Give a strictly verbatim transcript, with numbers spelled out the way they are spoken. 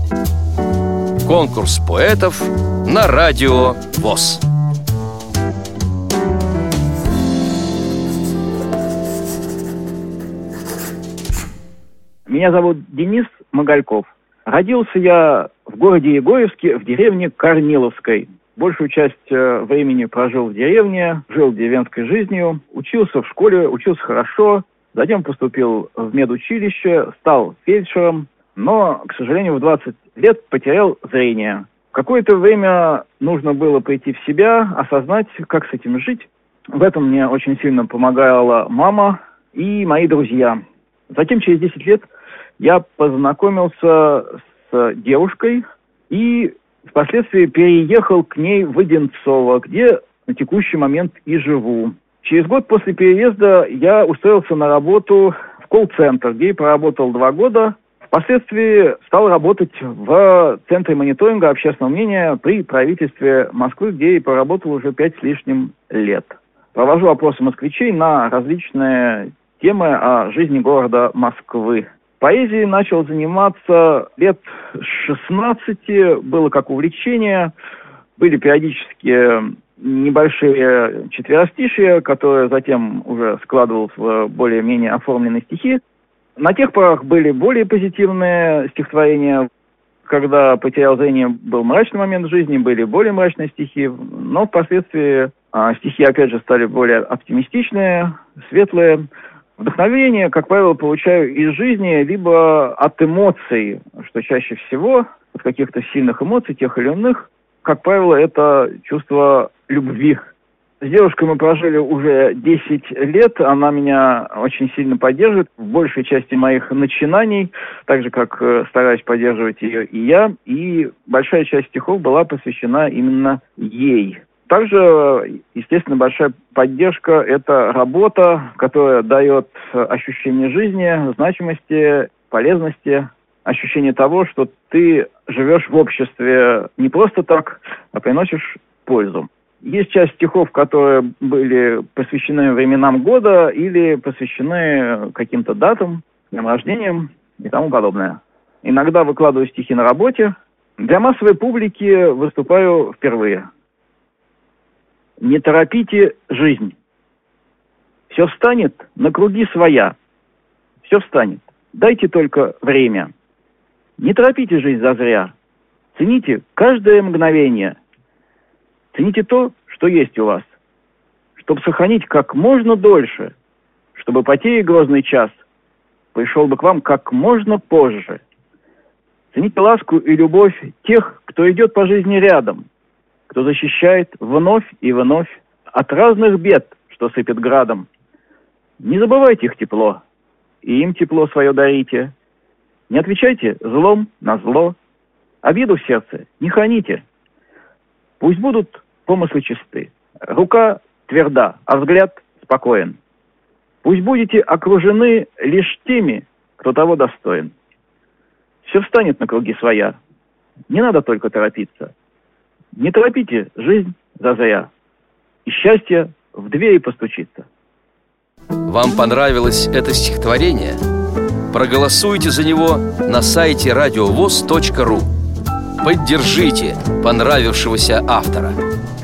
Конкурс поэтов на Радио ВОС. Меня зовут Денис Могольков. Родился я в городе Егорьевске, в деревне Корниловской. Большую часть времени прожил в деревне, жил деревенской жизнью, учился в школе, учился хорошо, затем поступил в медучилище, стал фельдшером, но, к сожалению, в двадцать лет потерял зрение. Какое-то время нужно было прийти в себя, осознать, как с этим жить. В этом мне очень сильно помогала мама и мои друзья. Затем, через десять лет, я познакомился с девушкой и впоследствии переехал к ней в Одинцово, где на текущий момент и живу. Через год после переезда я устроился на работу в колл-центр, где и проработал два года. Впоследствии стал работать в Центре мониторинга общественного мнения при правительстве Москвы, где и проработал уже пять с лишним лет. Провожу опросы москвичей на различные темы о жизни города Москвы. Поэзией начал заниматься лет с шестнадцати, было как увлечение. Были периодически небольшие четверостишия, которые затем уже складывал в более-менее оформленные стихи. На тех порах были более позитивные стихотворения. Когда потерял зрение, был мрачный момент жизни, были более мрачные стихи. Но впоследствии а, стихи, опять же, стали более оптимистичные, светлые. Вдохновение, как правило, получаю из жизни, либо от эмоций, что чаще всего, от каких-то сильных эмоций, тех или иных. Как правило, это чувство любви. С девушкой мы прожили уже десять лет, она меня очень сильно поддерживает в большей части моих начинаний, так же, как стараюсь поддерживать ее и я, и большая часть стихов была посвящена именно ей. Также, естественно, большая поддержка – это работа, которая дает ощущение жизни, значимости, полезности, ощущение того, что ты живешь в обществе не просто так, а приносишь пользу. Есть часть стихов, которые были посвящены временам года или посвящены каким-то датам, дням рождения и тому подобное. Иногда выкладываю стихи на работе. Для массовой публики выступаю впервые. Не торопите жизнь. Все встанет на круги своя. Все встанет. Дайте только время. Не торопите жизнь зазря. Цените каждое мгновение. Цените то, что есть у вас. Чтобы сохранить как можно дольше. Чтобы потеря грозный час пришел бы к вам как можно позже. Цените ласку и любовь тех, кто идет по жизни рядом. Кто защищает вновь и вновь от разных бед, что сыпет градом. Не забывайте их тепло, и им тепло свое дарите. Не отвечайте злом на зло, обиду в сердце не храните. Пусть будут помыслы чисты, рука тверда, а взгляд спокоен. Пусть будете окружены лишь теми, кто того достоин. Все встанет на круги своя, не надо только торопиться. Не торопите жизнь зазря, и счастье в двери постучится. Вам понравилось это стихотворение? Проголосуйте за него на сайте радиовос точка ру. Поддержите понравившегося автора.